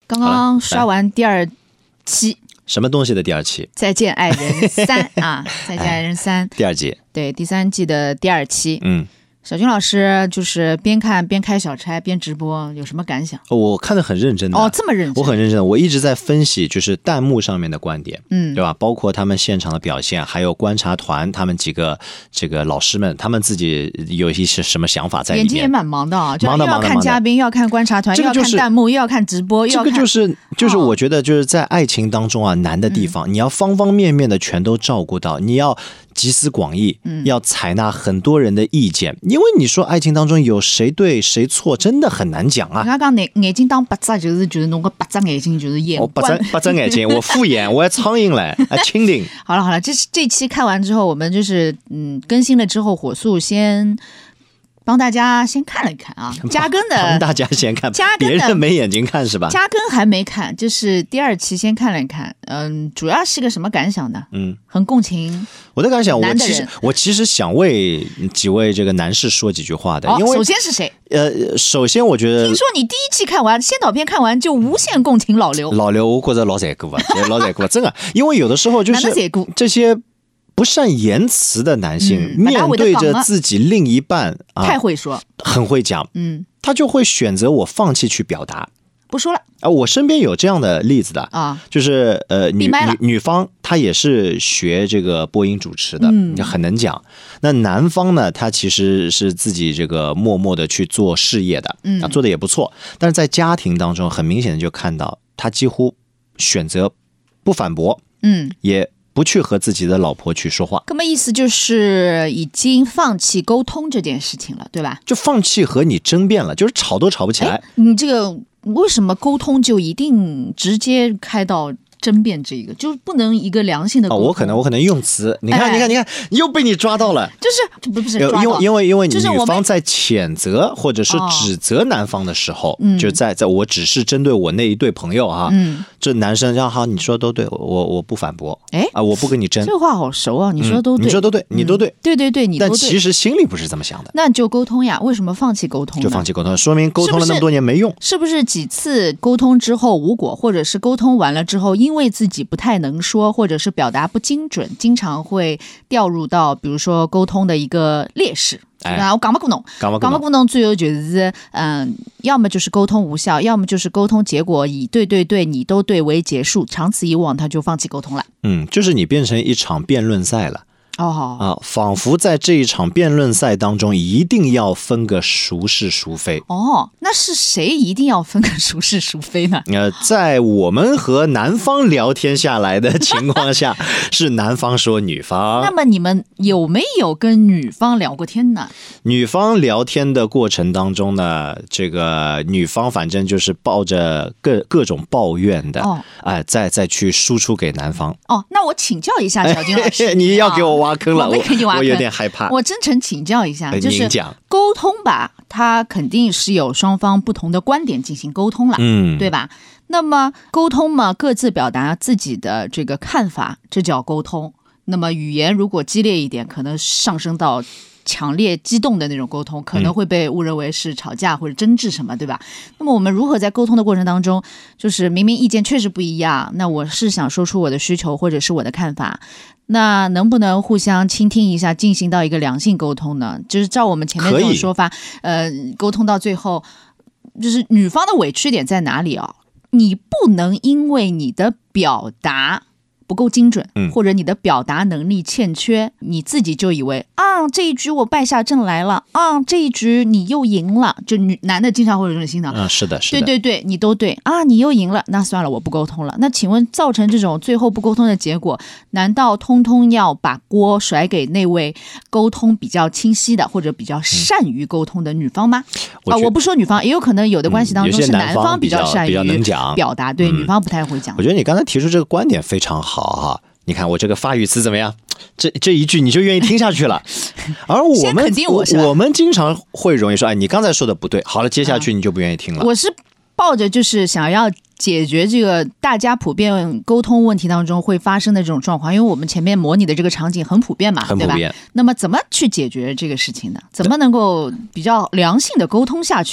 刚刚刷完第2期， 什么东西的第2期？ 再见爱人3啊，再见爱人3 第2季， 对，第3季的第2期。小军老师就是边看边开小差边直播，有什么感想？ 我看得很认真的。 哦，这么认真？ 我很认真，我一直在分析就是弹幕上面的观点，对吧？包括他们现场的表现，还有观察团他们几个这个老师们，他们自己有一些什么想法在里面。 眼睛也蛮忙的啊， 就又要看嘉宾，又要看观察团，又要看弹幕，又要看直播，又要看。 这个就是我觉得就是在爱情当中啊难的地方，你要方方面面的全都照顾到，你要集思广益，要采纳很多人的意见，因为你说爱情当中有谁对谁错，真的很难讲啊。 人家讲眼睛当八只，就是侬个八只眼睛就是眼观， 八只眼睛，我复眼，我还苍蝇嘞，还蜻蜓。 好了，这期看完之后，我们就是更新了之后，火速先帮大家先看了一看啊，加更的帮大家先看，别人没眼睛看是吧？ 加更还没看，就是第2期先看了一看，主要是个什么感想呢？很共情。 我的感想，我其实想为几位这个男士说几句话的，因为首先是谁？ 首先我觉得， 听说你第1期看完，先导片看完就无限共情老刘， 我觉得老在过啊，老在过，真的，因为有的时候就是这些不善言辞的男性，面对着自己另一半太会说， 很会讲，他就会选择我放弃去表达。 不说了啊！我身边有这样的例子的啊，就是女方她也是学这个播音主持的，很能讲。那男方呢，他其实是自己这个默默的去做事业的，做的也不错。但是在家庭当中，很明显的就看到他几乎选择不反驳，也不去和自己的老婆去说话。 那么意思就是已经放弃沟通这件事情了，对吧？ 就放弃和你争辩了，就是吵都吵不起来。 你这个。为什么沟通就一定直接开到争辩这个，就是不能一个良性的沟通？ 我可能用词，你看，又被你抓到了， 就是不是因为女方在谴责或者是指责男方的时候，就在我只是针对我那一对朋友啊，这男生说好，你说都对，我不反驳，我不跟你争， 这话好熟啊，你说都对， 你说都对，你都对， 对，你都对， 但其实心里不是这么想的。 那就沟通呀，为什么放弃沟通呢？ 就放弃沟通，说明沟通了那么多年没用， 是不是几次沟通之后无果，或者是沟通完了之后，因为自己不太能说，或者是表达不精准，经常会掉入到比如说沟通的一个劣势。我讲不过侬，最后就是要么就是沟通无效，要么就是沟通结果以对你都对为结束，长此以往他就放弃沟通了。 就是你变成一场辩论赛了。仿佛在这一场辩论赛当中一定要分个孰是孰非。 那是谁一定要分个孰是孰非呢？ 在我们和男方聊天下来的情况下，是男方说女方。 那么你们有没有跟女方聊过天呢？ 女方聊天的过程当中呢，这个女方反正就是抱着各种抱怨的，再去输出给男方。 那我请教一下小金老师， 你要给我挖坑了， 我有点害怕。 我真诚请教一下，就是讲沟通吧，它肯定是有双方不同的观点进行沟通了，对吧？那么沟通嘛，各自表达自己的这个看法，这叫沟通。那么语言如果激烈一点，可能上升到强烈激动的那种沟通，可能会被误认为是吵架或者争执什么，对吧？那么我们如何在沟通的过程当中，就是明明意见确实不一样，那我是想说出我的需求或者是我的看法，那能不能互相倾听一下，进行到一个良性沟通呢？就是照我们前面这种说法，沟通到最后，就是女方的委屈点在哪里啊？你不能因为你的表达不够精准，或者你的表达能力欠缺，你自己就以为这一局我败下阵来了这一局你又赢了，就男的经常会有这种心态。 是的， 对，你都对你又赢了，那算了，我不沟通了。那请问造成这种最后不沟通的结果，难道通通要把锅甩给那位沟通比较清晰的或者比较善于沟通的女方吗？我不说女方，也有可能有的关系当中是男方比较善于表达，对，女方不太会讲。 我觉得你刚才提出这个观点非常好哈，你看我这个发语词怎么样？这一句你就愿意听下去了。而我们经常会容易说，你刚才说的不对，好了，接下去你就不愿意听了。 我是抱着就是想要解决这个大家普遍沟通问题当中会发生的这种状况，因为我们前面模拟的这个场景很普遍嘛，对吧？那么怎么去解决这个事情呢？怎么能够比较良性的沟通下去呢？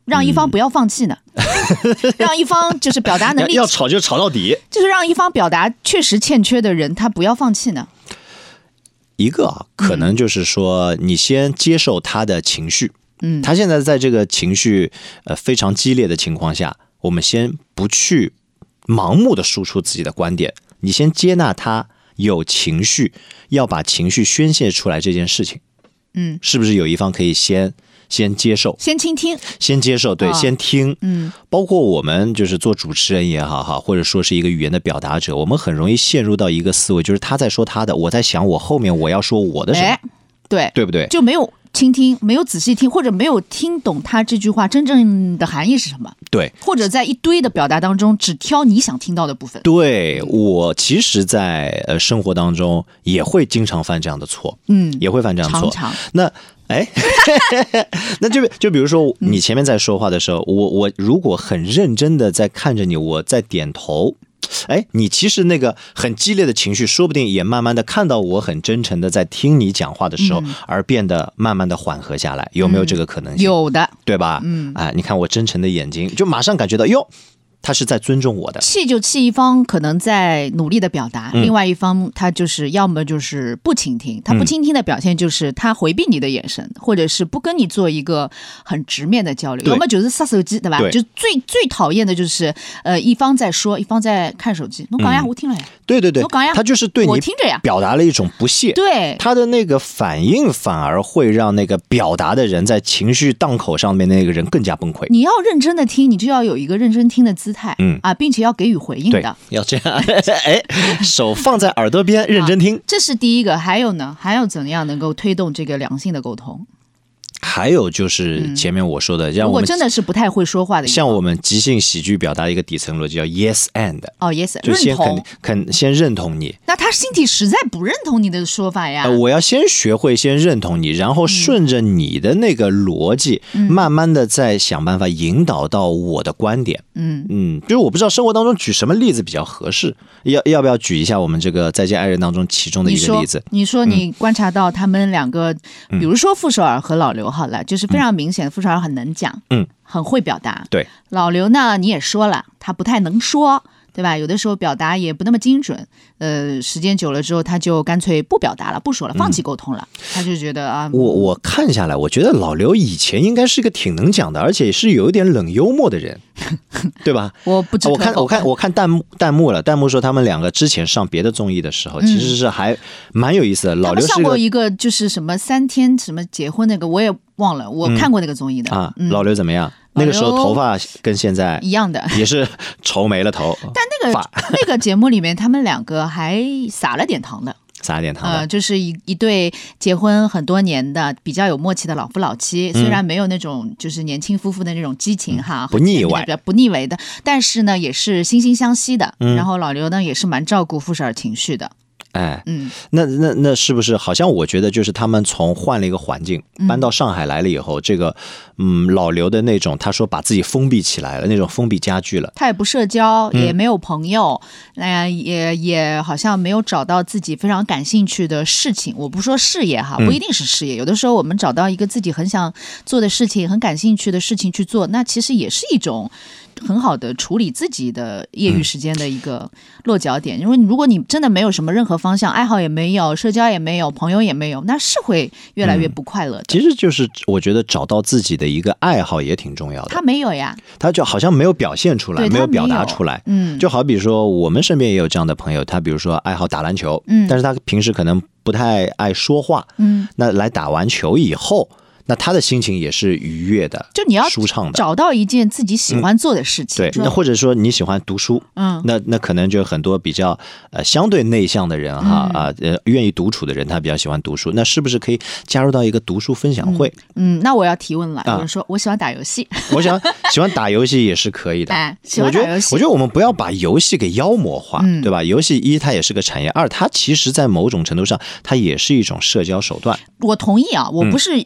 让一方不要放弃呢？让一方就是表达能力要吵就吵到底， 就是让一方表达确实欠缺的人，他不要放弃呢？ 一个可能就是说，你先接受他的情绪，他现在在这个情绪非常激烈的情况下，我们先不去盲目的输出自己的观点，你先接纳他有情绪，要把情绪宣泄出来这件事情，是不是有一方可以先接受， 先倾听， 先接受，对，先听，包括我们就是做主持人也好哈，或者说是一个语言的表达者，我们很容易陷入到一个思维，就是他在说他的，我在想我后面我要说我的什么，对不对？ 就没有倾听，没有仔细听，或者没有听懂他这句话真正的含义是什么， 对， 或者在一堆的表达当中只挑你想听到的部分。对， 我其实在生活当中也会经常犯这样的错，也会犯这样的错。 常常那那就比如说你前面在说话的时候，我如果很认真的在看着你，我在点头，你其实那个很激烈的情绪说不定也慢慢的看到我很真诚的在听你讲话的时候，而变得慢慢的缓和下来，有没有这个可能性？ 有的， 对吧？你看我真诚的眼睛，就马上感觉到哟，他是在尊重我的。 气就气一方可能在努力的表达，另外一方他就是要么就是不倾听，他不倾听的表现就是他回避你的眼神，或者是不跟你做一个很直面的交流，要么就是刷手机，对吧？就最讨厌的就是一方在说，一方在看手机。侬讲呀，我听了呀。 对，他就是对你表达了一种不屑， 对他的那个反应反而会让那个表达的人在情绪档口上面那个人更加崩溃。 你要认真的听，你就要有一个认真听的姿态，并且要给予回应的， 对，要这样，手放在耳朵边，认真听， 这是第一个。还有呢？还有怎样能够推动这个良性的沟通？ 还有就是前面我说的， 如果真的是不太会说话的， 像我们即兴喜剧表达一个底层逻辑叫 yes and， yes， 就先认同你。 那他心底实在不认同你的说法呀。 我要先学会先认同你，然后顺着你的那个逻辑，慢慢的再想办法引导到我的观点。就是我不知道生活当中举什么例子比较合适，要不要举一下我们这个再见爱人当中其中的一个例子？ 你说你观察到他们两个，比如说傅首尔和老刘好了，就是非常明显，傅首尔很能讲，很会表达。 对， 老刘呢，你也说了，他不太能说，对吧？有的时候表达也不那么精准，时间久了之后，他就干脆不表达了，不说了，放弃沟通了。他就觉得啊， 我看下来，我觉得老刘以前应该是个挺能讲的，而且是有一点冷幽默的人，对吧？ 我不知道， 我看弹幕了，弹幕说他们两个之前上别的综艺的时候，其实是还蛮有意思的。老刘是上过一个就是什么3天什么结婚那个，我也忘了，我看过那个综艺的老刘怎么样？那个时候头发跟现在一样的， 也是愁没了头。 但那个节目里面，他们两个还撒了点糖的。就是一对结婚很多年的比较有默契的老夫老妻，虽然没有那种就是年轻夫妇的那种激情哈， 不腻歪的，但是呢也是惺惺相惜的。然后老刘呢也是蛮照顾傅首尔情绪的。 那是不是好像我觉得就是他们从换了一个环境搬到上海来了以后，这个老刘的那种他说把自己封闭起来了，那种封闭加剧了， 他也不社交，也没有朋友，也好像没有找到自己非常感兴趣的事情。我不说事业哈，不一定是事业，有的时候我们找到一个自己很想做的事情，很感兴趣的事情去做，那其实也是一种很好的处理自己的业余时间的一个落脚点。因为如果你真的没有什么任何方向，爱好也没有，社交也没有，朋友也没有，那是会越来越不快乐的。 其实就是我觉得找到自己的一个爱好也挺重要的。 他没有呀， 他就好像没有表现出来，没有表达出来。就好比说我们身边也有这样的朋友，他比如说爱好打篮球，但是他平时可能不太爱说话，那来打完球以后，那他的心情也是愉悦的， 就你要舒畅的， 找到一件自己喜欢做的事情。 对，那或者说你喜欢读书，那可能就很多比较相对内向的人哈愿意独处的人，他比较喜欢读书，那是不是可以加入到一个读书分享会？ 那我要提问了，有人说我喜欢打游戏， 我喜欢打游戏也是可以的。我觉得我们不要把游戏给妖魔化，对吧？游戏一它也是个产业，二它其实在某种程度上它也是一种社交手段。 我同意啊，我不是一个反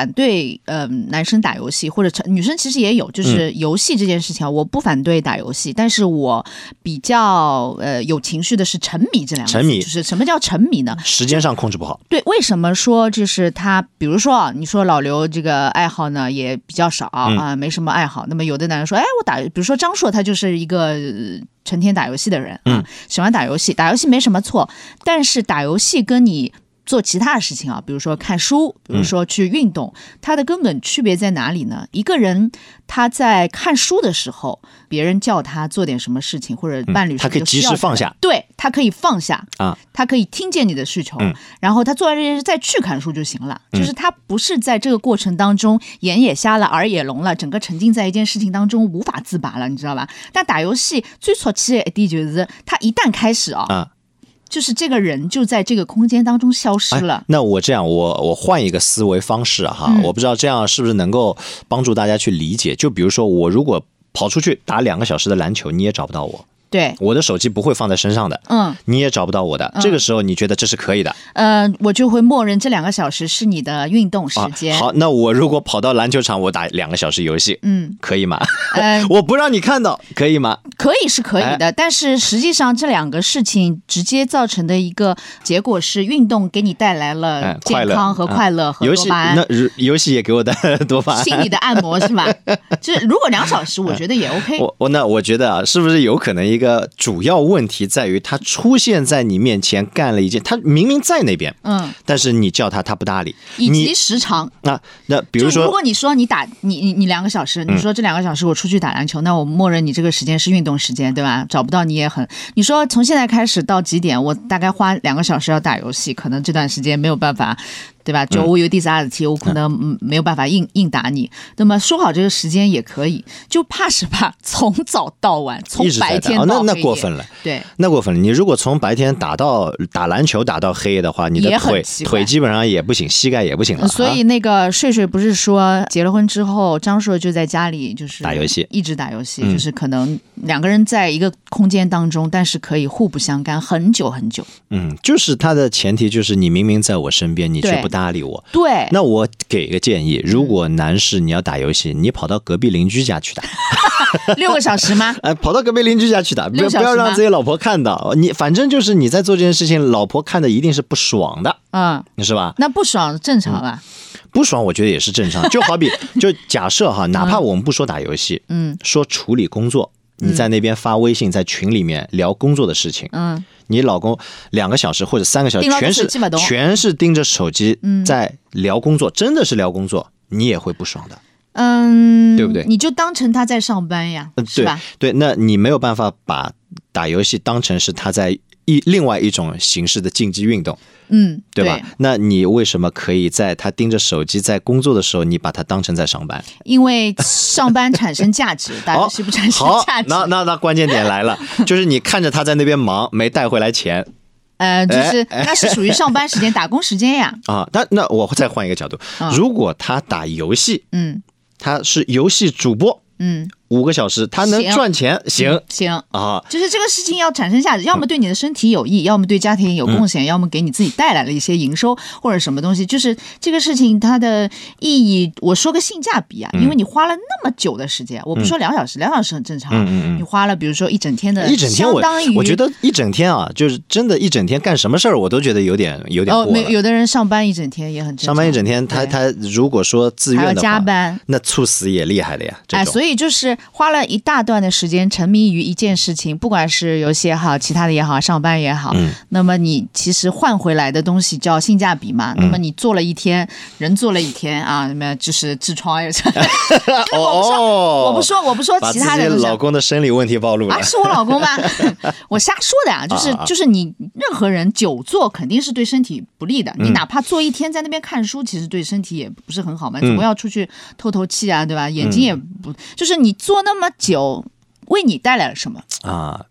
反对男生打游戏，或者女生其实也有，就是游戏这件事情我不反对打游戏，但是我比较有情绪的是沉迷这两个字。沉迷就是什么叫沉迷呢？ 时间上控制不好。 对，为什么说就是他，比如说你说老刘这个爱好呢也比较少啊，没什么爱好。那么有的男人说，哎，我打，比如说张硕，他就是一个成天打游戏的人啊，喜欢打游戏，打游戏没什么错，但是打游戏跟你做其他的事情啊，比如说看书，比如说去运动，它的根本区别在哪里呢？一个人他在看书的时候，别人叫他做点什么事情，或者伴侣他可以及时放下， 对，他可以放下啊，他可以听见你的需求，然后他做完这件事再去看书就行了。就是他不是在这个过程当中眼也瞎了，耳也聋了，整个沉浸在一件事情当中无法自拔了，你知道吧？但打游戏最初期的一点就是他一旦开始就是这个人就在这个空间当中消失了。 那我这样，我换一个思维方式哈，我不知道这样是不是能够帮助大家去理解。就比如说，我如果跑出去打2个小时的篮球，你也找不到我。 对， 我的手机不会放在身上的，你也找不到我的。这个时候你觉得这是可以的？ 我就会默认这2个小时是你的运动时间。 好，那我如果跑到篮球场，我打2个小时游戏，可以吗？我不让你看到，可以吗？ 可以是可以的，但是实际上这2个事情直接造成的一个结果是，运动给你带来了健康和快乐和多巴胺。 那游戏也给我带来了多巴胺， 心理的按摩是吧？就是如果2小时，我觉得也 OK。 那我觉得是不是有可能一个主要问题在于他出现在你面前干了一件，他明明在那边，但是你叫他不搭理， 以及时长。 那比如说， 如果你说你打你2个小时，你说这2个小时我出去打篮球，那我默认你这个时间是运动时间，对吧？找不到你也很。你说从现在开始到几点，我大概花2个小时要打游戏，可能这段时间没有办法。对吧？就我有第3题，我可能没有办法硬打你。那么说好这个时间也可以，就怕是怕从早到晚，从白天到黑夜。 那过分了， 对， 那过分了。你如果从白天打篮球打到黑夜的话，你的腿基本上也不行，膝盖也不行了。 所以那个睡不是说结了婚之后，张硕就在家里就是打游戏， 一直打游戏，就是可能2个人在一个空间当中，但是可以互不相干很久很久。 就是他的前提就是你明明在我身边，你却不搭理我。 对， 那我给个建议，如果男士你要打游戏，你跑到隔壁邻居家去打。 6个小时吗？ 跑到隔壁邻居家去打，不要让自己老婆看到。你反正就是你在做这件事情，老婆看的一定是不爽的，是吧？ 那不爽正常吧？ 不爽我觉得也是正常。就好比就假设哈，哪怕我们不说打游戏，说处理工作，你在那边发微信，在群里面聊工作的事情，你老公2个小时或者3个小时全是盯着手机在聊工作，真的是聊工作，你也会不爽的。对不对？ 你就当成他在上班呀，是吧？ 对，那你没有办法把打游戏当成是他在另外一种形式的竞技运动，对吧？那你为什么可以在他盯着手机在工作的时候，你把他当成在上班？ 因为上班产生价值，打游戏不产生价值。 好，那关键点来了，就是你看着他在那边忙，没带回来钱。 就是那是属于上班时间、打工时间呀。 那我再换一个角度，如果他打游戏，他是游戏主播，5个小时他能赚钱，行啊， 就是这个事情要产生价值，要么对你的身体有益，要么对家庭有贡献，要么给你自己带来了一些营收或者什么东西。就是这个事情它的意义，我说个性价比啊，因为你花了那么久的时间，我不说2小时，2小时很正常，你花了比如说一整天，相当于我觉得一整天啊，就是真的一整天干什么事儿，我都觉得有点过了。 有的人上班一整天也很正常， 上班一整天，他如果说自愿的话，还要加班， 那猝死也厉害了呀。 所以就是花了一大段的时间沉迷于一件事情，不管是游戏也好，其他的也好，上班也好，那么你其实换回来的东西叫性价比嘛。那么你做了一天，人做了一天啊，那么就是痔疮也是。我不说其他的， 把自己老公的生理问题暴露了是我老公吗？我瞎说的啊，就是你任何人久坐肯定是对身体不利的。你哪怕坐一天在那边看书，其实对身体也不是很好嘛，总要出去透透气啊，对吧？眼睛也不，就是你坐那么久，为你带来了什么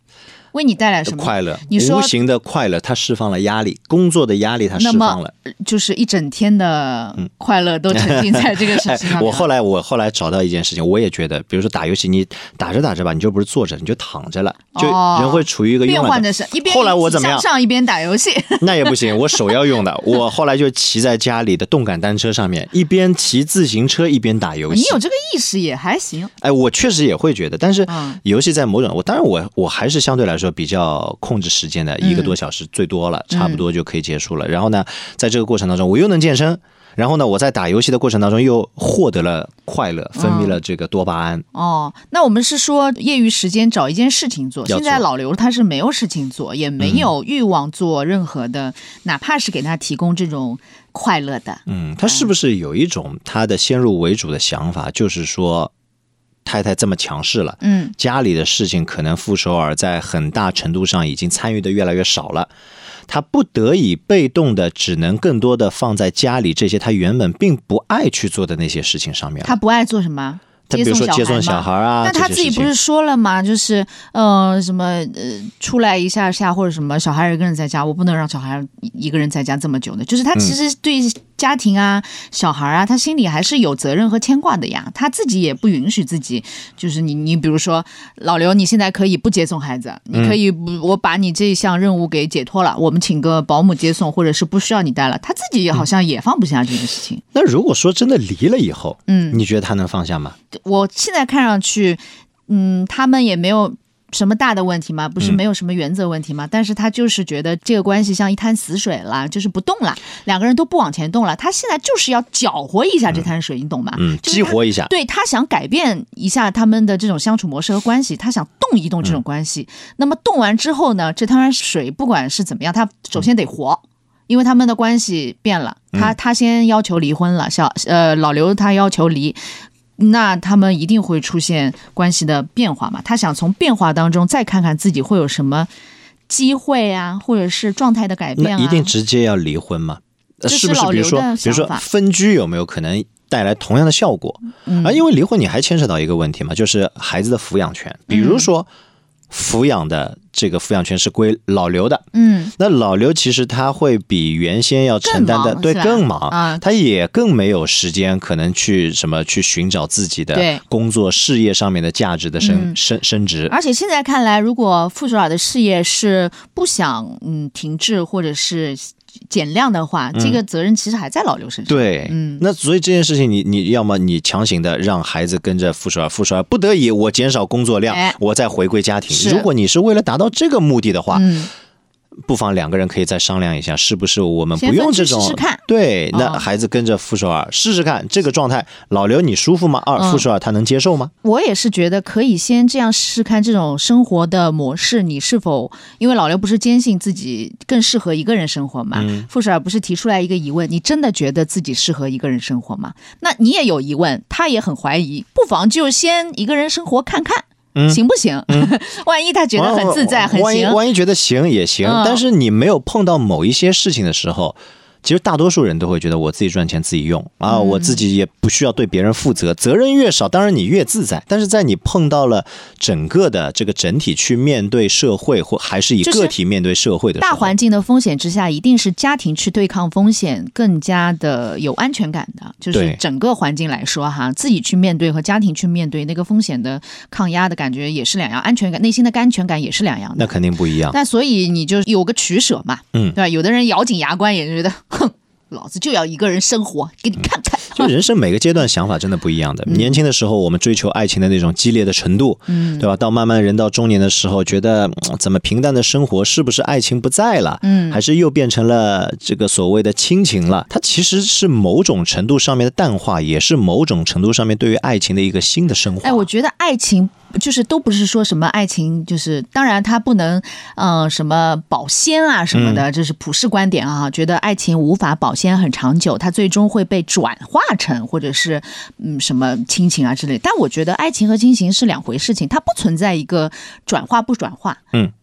为你带来什么快乐？ 你说无形的快乐，它释放了压力，工作的压力它释放了， 就是一整天的快乐都沉浸在这个事情上。 我后来找到一件事情，我也觉得，比如说打游戏，你打着打着吧，你就不是坐着，你就躺着了，就人会处于一个变换的是一边后来我怎么样？ 上一边打游戏， 那也不行，我手要用的。我后来就骑在家里的动感单车上面，一边骑自行车一边打游戏。 你有这个意识也还行。 哎，我确实也会觉得，但是游戏在某种，当然我还是相对来说比较控制时间的，1个多小时最多了，差不多就可以结束了。然后呢，在这个过程当中，我又能健身。然后呢，我在打游戏的过程当中又获得了快乐，分泌了这个多巴胺。 那我们是说业余时间找一件事情做。现在老刘他是没有事情做，也没有欲望做任何的，哪怕是给他提供这种快乐的。 他是不是有一种他的先入为主的想法，就是说太太这么强势了，家里的事情可能傅首尔在很大程度上已经参与的越来越少了。他不得已被动的只能更多的放在家里这些他原本并不爱去做的那些事情上面。 他不爱做什么？ 他比如说接送小孩啊， 那他自己不是说了吗？就是什么出来一下或者什么小孩一个人在家，我不能让小孩一个人在家这么久的。就是他其实对家庭啊、小孩啊，他心里还是有责任和牵挂的呀。他自己也不允许自己，就是你比如说老刘，你现在可以不接送孩子，你可以我把你这项任务给解脱了，我们请个保姆接送，或者是不需要你带了。他自己好像也放不下这件事情。 那如果说真的离了以后，你觉得他能放下吗？ 我现在看上去，他们也没有什么大的问题嘛，不是没有什么原则问题嘛，但是他就是觉得这个关系像一滩死水了，就是不动了，两个人都不往前动了，他现在就是要搅和一下这滩水，你懂吗？ 激活一下。 对，他想改变一下他们的这种相处模式和关系，他想动一动这种关系。那么动完之后呢，这滩水不管是怎么样，他首先得活。因为他们的关系变了，他先要求离婚了，老刘他要求离，那他们一定会出现关系的变化嘛？他想从变化当中再看看自己会有什么机会啊，或者是状态的改变啊？ 那一定直接要离婚吗？ 是不是？比如说分居有没有可能带来同样的效果？因为离婚你还牵扯到一个问题嘛，就是孩子的抚养权，比如说。抚养的这个抚养权是归老刘的，那老刘其实他会比原先要承担的更忙，他也更没有时间可能去寻找自己的工作事业上面的价值的升值。 而且现在看来，如果傅首尔的事业是不想停滞或者是减量的话，这个责任其实还在老刘身上。 对，那所以这件事情你要么你强行的让孩子跟着傅首尔不得已我减少工作量，我再回归家庭。如果你是为了达到这个目的的话，不妨两个人可以再商量一下，是不是我们不用这种试试看。 对，那孩子跟着傅首尔试试看这个状态，老刘你舒服吗？傅首尔他能接受吗？ 我也是觉得可以先这样试试看这种生活的模式，你是否因为老刘不是坚信自己更适合一个人生活吗？傅首尔不是提出来一个疑问，你真的觉得自己适合一个人生活吗？那你也有疑问，他也很怀疑，不妨就先一个人生活看看。行不行？万一他觉得很自在，很行。 万一觉得行也行，但是你没有碰到某一些事情的时候，其实大多数人都会觉得我自己赚钱自己用啊，我自己也不需要对别人负责，责任越少，当然你越自在。但是在你碰到了整个的这个整体去面对社会，或还是以个体面对社会的时候， 大环境的风险之下，一定是家庭去对抗风险更加的有安全感的。就是整个环境来说哈，自己去面对和家庭去面对那个风险的抗压的感觉也是两样，安全感、内心的安全感也是两样的。 那肯定不一样。 那所以你就有个取舍嘛，对吧？有的人咬紧牙关也觉得，哼。老子就要一个人生活，给你看看。 就人生每个阶段想法真的不一样的。年轻的时候，我们追求爱情的那种激烈的程度，对吧？到慢慢人到中年的时候，觉得怎么平淡的生活，是不是爱情不在了？还是又变成了这个所谓的亲情了？它其实是某种程度上面的淡化，也是某种程度上面对于爱情的一个新的升华。 我觉得爱情。就是都不是说什么爱情，就是当然它不能什么保鲜啊什么的，这是普世观点啊，觉得爱情无法保鲜很长久，它最终会被转化成或者是什么亲情啊之类。但我觉得爱情和亲情是两回事情，它不存在一个转化不转化。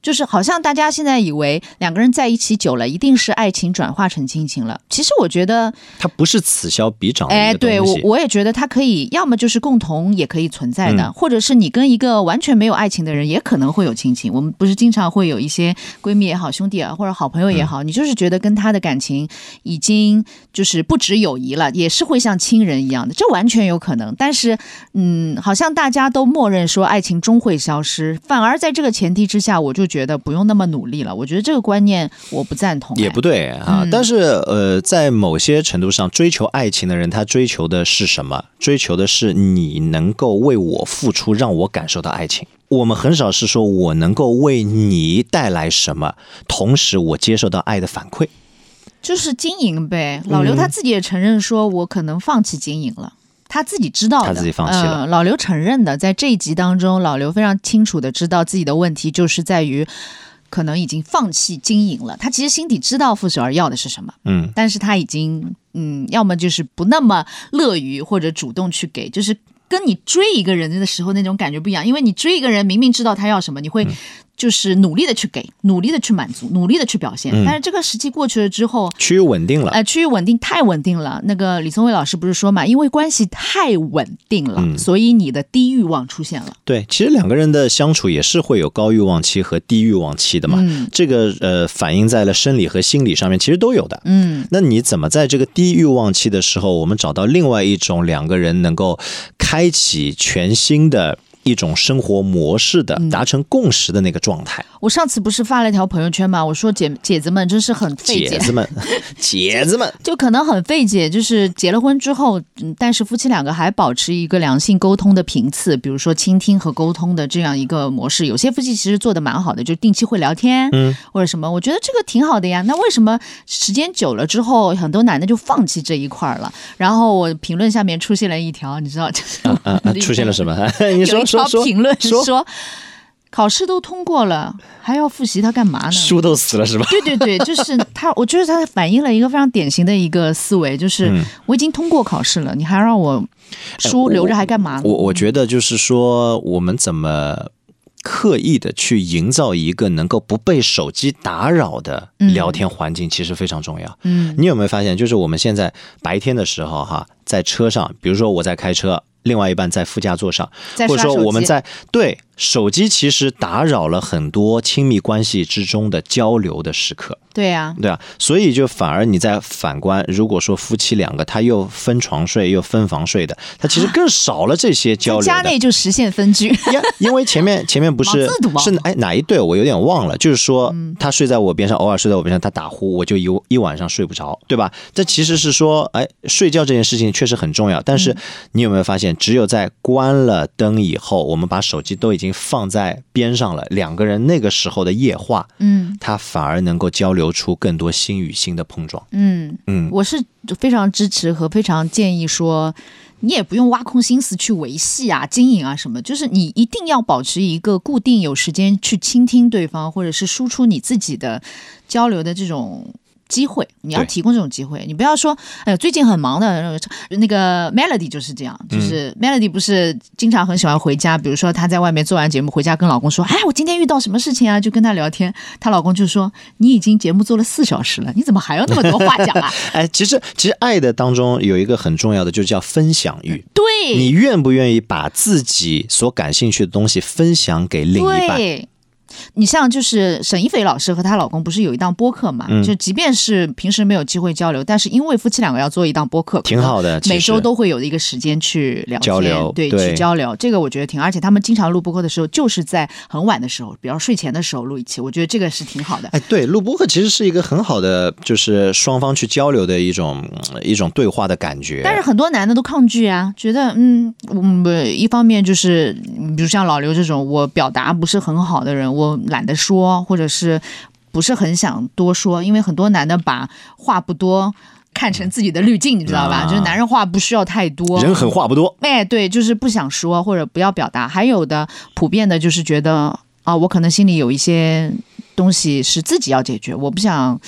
就是好像大家现在以为两个人在一起久了，一定是爱情转化成亲情了。其实我觉得它不是此消彼长的一个东西。 对，我也觉得它可以，要么就是共同也可以存在的，或者是你跟一个完全没有爱情的人也可能会有亲情。我们不是经常会有一些闺蜜也好，兄弟啊，或者好朋友也好，你就是觉得跟他的感情已经就是不止友谊了，也是会像亲人一样的，这完全有可能。但是好像大家都默认说爱情终会消失，反而在这个前提之下，我就觉得不用那么努力了。我觉得这个观念我不赞同。 也不对啊，但是在某些程度上，追求爱情的人，他追求的是什么？追求的是你能够为我付出，让我感受到爱情。我们很少是说我能够为你带来什么，同时我接受到爱的反馈， 就是经营呗。老刘他自己也承认说，我可能放弃经营了。他自己知道的， 他自己放弃了。 老刘承认的，在这一集当中，老刘非常清楚的知道自己的问题就是在于，可能已经放弃经营了。他其实心底知道傅首尔要的是什么，但是他已经要么就是不那么乐于或者主动去给，就是跟你追一个人的时候那种感觉不一样。因为你追一个人，明明知道他要什么，你会就是努力的去给，努力的去满足，努力的去表现。但是这个时期过去了之后， 趋于稳定了， 趋于稳定，太稳定了。那个李松蔚老师不是说嘛，因为关系太稳定了，所以你的低欲望出现了。 对，其实两个人的相处也是会有高欲望期和低欲望期的嘛。这个反映在了生理和心理上面，其实都有的。那你怎么在这个低欲望期的时候，我们找到另外一种两个人能够开启全新的一种生活模式的，达成共识的那个状态。 我上次不是发了一条朋友圈吗？我说姐子们真是很费解， 姐子们就可能很费解，就是结了婚之后，但是夫妻两个还保持一个良性沟通的频次，比如说倾听和沟通的这样一个模式。有些夫妻其实做的蛮好的，就定期会聊天，或者什么，我觉得这个挺好的呀。那为什么时间久了之后，很多男的就放弃这一块了？然后我评论下面出现了一条，你知道， 出现了什么？你说。 评论说考试都通过了还要复习它干嘛呢？ 书都死了是吧？ 对，就是他，我觉得他反映了一个非常典型的一个思维，就是我已经通过考试了，你还让我书留着还干嘛呢？ 我觉得就是说，我们怎么刻意的去营造一个能够不被手机打扰的聊天环境，其实非常重要。你有没有发现，就是我们现在白天的时候哈，在车上，比如说我在开车，另外一半在副驾座上，或者说我们对手机其实打扰了很多亲密关系之中的交流的时刻。 对啊， 所以就反而你在反观，如果说夫妻两个他又分床睡又分房睡的，他其实更少了这些交流的。 家内就实现分居因为前面不是哪一对我有点忘了，就是说他睡在我边上，偶尔睡在我边上，他打呼我就一晚上睡不着，对吧？这其实是说睡觉这件事情确实很重要，但是你有没有发现，只有在关了灯以后，我们把手机都已经放在边上了，两个人那个时候的夜话，他反而能够交流出更多心与心的碰撞。 我是非常支持和非常建议说，你也不用挖空心思去维系啊、经营啊什么，就是你一定要保持一个固定有时间去倾听对方，或者是输出你自己的交流的这种机会，你要提供这种机会，你不要说最近很忙的那个 Melody 就是这样，就是 Melody 不是经常很喜欢回家，比如说她在外面做完节目回家跟老公说，我今天遇到什么事情啊，就跟她聊天，她老公就说你已经节目做了4小时了，你怎么还有那么多话讲啊？ 其实爱的当中有一个很重要的，就叫分享欲。 对， 你愿不愿意把自己所感兴趣的东西分享给另一半？ 对，你像就是沈一菲老师和她老公不是有一档播客嘛，就即便是平时没有机会交流，但是因为夫妻两个要做一档播客， 挺好的， 每周都会有一个时间去聊天交流， 对，去交流，这个我觉得挺，而且他们经常录播客的时候就是在很晚的时候，比如睡前的时候录一期，我觉得这个是挺好的。 对，录播客其实是一个很好的，就是双方去交流的一种对话的感觉。 但是很多男的都抗拒啊，觉得一方面就是比如像老刘这种我表达不是很好的人，我懒得说，或者是不是很想多说，因为很多男的把话不多看成自己的滤镜，你知道吧？就是男人话不需要太多， 人狠话不多。 对，就是不想说或者不要表达。还有的普遍的就是觉得我可能心里有一些东西是自己要解决，我不想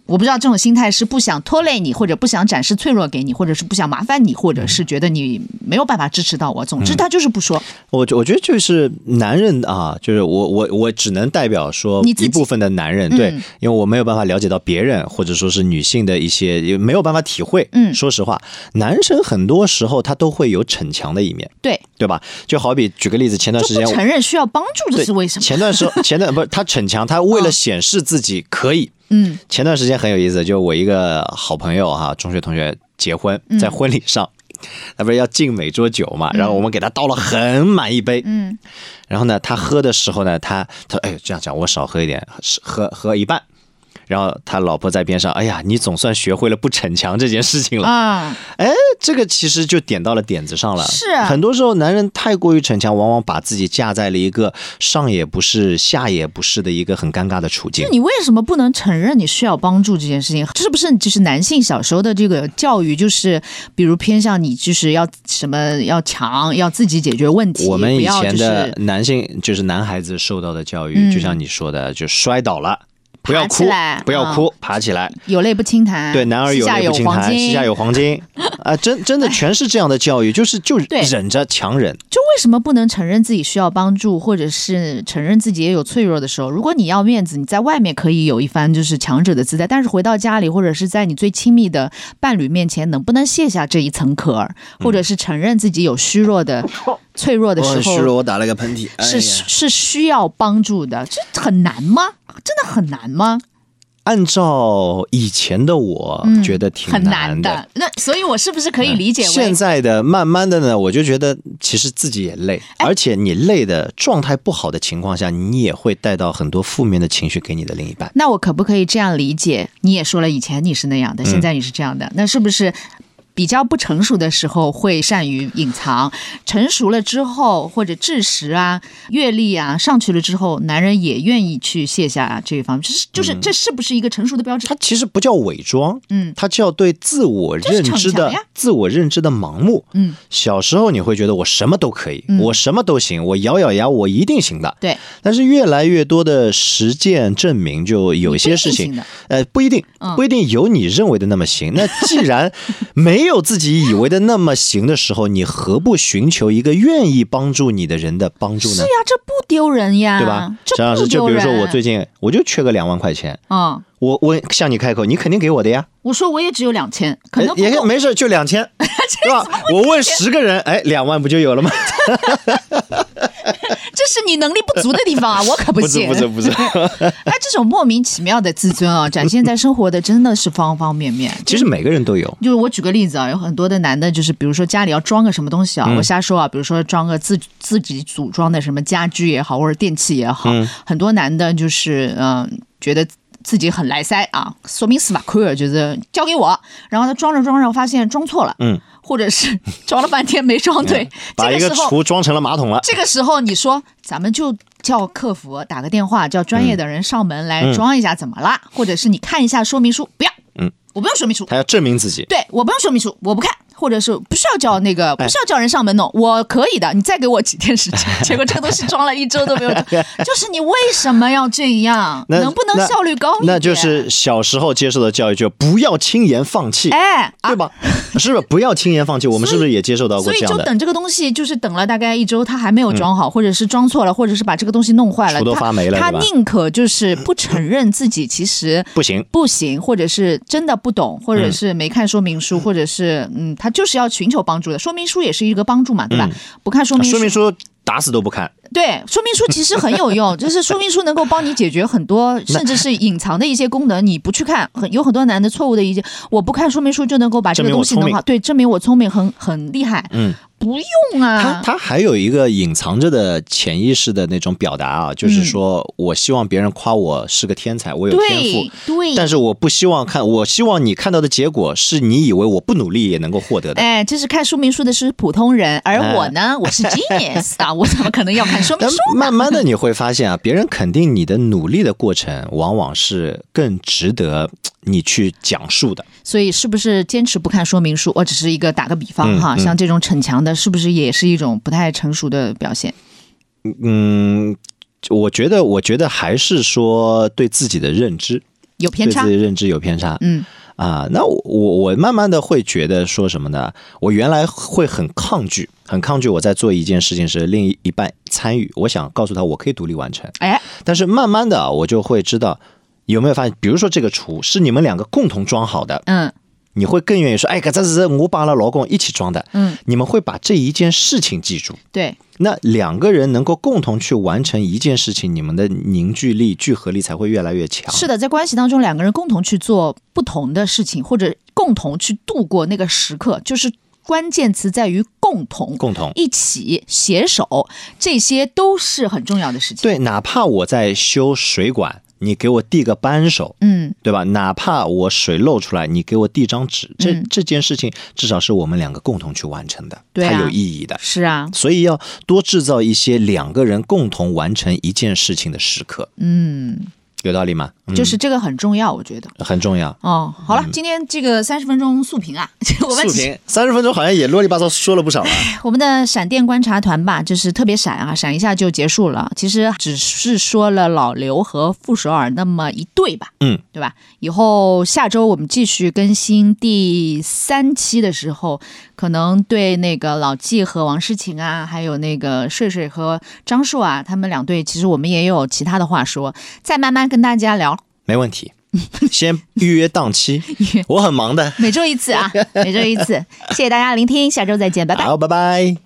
我不知道这种心态是不想拖累你，或者不想展示脆弱给你，或者是不想麻烦你，或者是觉得你没有办法支持到我。总之他就是不说。 我觉得就是男人啊，就是我只能代表说一部分的男人，对，因为我没有办法了解到别人，或者说是女性的一些也没有办法体会。说实话，男生很多时候他都会有逞强的一面，对吧？就好比举个例子，前段时间就不承认需要帮助，这是为什么？前段不是他逞强，他为了显示自己可以。前段时间很有意思，就我一个好朋友哈，中学同学结婚，在婚礼上，他不是要敬每桌酒嘛，然后我们给他倒了很满一杯，然后呢，他喝的时候呢，他说哎，这样讲我少喝一点，喝一半。然后他老婆在边上，哎呀，你总算学会了不逞强这件事情了啊！哎，这个其实就点到了点子上了。 是， 很多时候男人太过于逞强，往往把自己架在了一个上也不是下也不是的一个很尴尬的处境。 你为什么不能承认你需要帮助这件事情？是不是就是男性小时候的这个教育，就是比如偏向你就是要什么要强，要自己解决问题？ 我们以前的男性就是男孩子受到的教育，就像你说的，就摔倒了。不要哭，不要哭，爬起来。 有泪不轻弹。 对，男儿有泪不轻弹，膝下有黄金。啊，真的全是这样的教育，就忍着强忍。 就为什么不能承认自己需要帮助，或者是承认自己也有脆弱的时候？如果你要面子，你在外面可以有一番就是强者的姿态，但是回到家里，或者是在你最亲密的伴侣面前，能不能卸下这一层壳，或者是承认自己有虚弱的、脆弱的时候？ 虚弱，我打了个喷嚏。 是需要帮助的，这很难吗？真的很难吗？ 按照以前的我觉得挺难的， 那所以我是不是可以理解为现在的慢慢的呢？我就觉得其实自己也累，而且你累的状态不好的情况下，你也会带到很多负面的情绪给你的另一半。 那我可不可以这样理解？你也说了以前你是那样的，现在你是这样的，那是不是比较不成熟的时候会善于隐藏，成熟了之后或者知识啊、阅历啊上去了之后，男人也愿意去卸下这一方面，就是这是不是一个成熟的标志？ 它其实不叫伪装，它叫对自我认知的盲目。小时候你会觉得我什么都可以，我什么都行，我咬咬牙我一定行的。 对， 但是越来越多的实践证明，就有一些事情，不一定有你认为的那么行。那既然没有自己以为的那么行的时候，你何不寻求一个愿意帮助你的人的帮助呢？ 是呀，这不丢人呀， 对吧？ 这不丢人。 就比如说我最近我就缺个2万块钱，我向你开口，你肯定给我的呀。 我说我也只有2000，可能也没事，就2000，对吧？我问10个人，哎，2万不就有了吗？ 这是你能力不足的地方啊，我可不信。 不是。 哎，这种莫名其妙的自尊啊，展现在生活的真的是方方面面。 其实每个人都有。 就是我举个例子啊，有很多的男的，就是比如说家里要装个什么东西啊，我瞎说啊，比如说装个自己组装的什么家居也好，或者电器也好，很多男的就是觉得自己很来塞啊，说明司法库尔就是交给我，然后他装着发现装错了，或者是装了半天没装对， 把一个厨装成了马桶了。 这个时候你说咱们就叫客服打个电话，叫专业的人上门来装一下，怎么啦？或者是你看一下说明书，不要，我不用说明书， 他要证明自己， 对，我不用说明书，我不看。或者是不需要叫人上门弄，我可以的，你再给我几天时间。结果这个东西装了1周都没有就是你为什么要这样？能不能效率高一点？ 那就是小时候接受的教育，就不要轻言放弃，对吧？是不是不要轻言放弃？我们是不是也接受到过这样的？ 所以就等这个东西，就是等了大概1周，他还没有装好，或者是装错了，或者是把这个东西弄坏了， 都发霉了， 他宁可就是不承认自己其实不行，或者是真的不懂，或者是没看说明书，或者是他就是要寻求帮助的。说明书也是一个帮助嘛，对吧？不看说明书打死都不看。 对，说明书其实很有用，就是说明书能够帮你解决很多甚至是隐藏的一些功能，你不去看，有很多男的错误的意见，我不看说明书就能够把这个东西弄好，对，证明我聪明很厉害。不用啊， 他还有一个隐藏着的潜意识的那种表达啊，就是说我希望别人夸我是个天才，我有天赋， 对， 但是我希望你看到的结果是你以为我不努力也能够获得的。 哎，这是看说明书的是普通人，而我呢，我是 genius 啊，我怎么可能要看说明书呢？ 慢慢的你会发现啊，别人肯定你的努力的过程，往往是更值得你去讲述的。 所以是不是坚持不看说明书？我只是打个比方哈，像这种逞强的，是不是也是一种不太成熟的表现？ 我觉得还是说对自己的认知。 有偏差， 对自己认知有偏差。那我慢慢的会觉得说什么呢？我原来会很抗拒我在做一件事情时另一半参与，我想告诉他我可以独立完成。但是慢慢的我就会知道，有没有发现，比如说这个厨是你们两个共同装好的，你会更愿意说，哎，这是我把老公一起装的，你们会把这一件事情记住。 对， 那两个人能够共同去完成一件事情，你们的凝聚力、聚合力才会越来越强。 是的，在关系当中，两个人共同去做不同的事情，或者共同去度过那个时刻，就是关键词在于共同，一起携手，这些都是很重要的事情。 对，哪怕我在修水管，你给我递个扳手，对吧？哪怕我水漏出来，你给我递张纸，这件事情至少是我们两个共同去完成的，才有意义的。 是啊， 所以要多制造一些两个人共同完成一件事情的时刻。有道理吗？ 就是这个很重要，我觉得很重要。 好了，今天这个30分钟速评啊，我们速评30分钟好像也啰里吧嗦说了不少了。 我们的闪电观察团吧，就是特别闪啊，闪一下就结束了。其实只是说了老刘和傅首尔那么一对吧，对吧？以后下周我们继续更新第3期的时候，可能对那个老纪和王诗晴啊，还有那个睡睡和张硕啊，他们2对，其实我们也有其他的话说，再慢慢跟大家聊。 没问题，先预约档期，我很忙的。 每周一次啊，每周一次。谢谢大家聆听，下周再见，拜拜。 好，拜拜。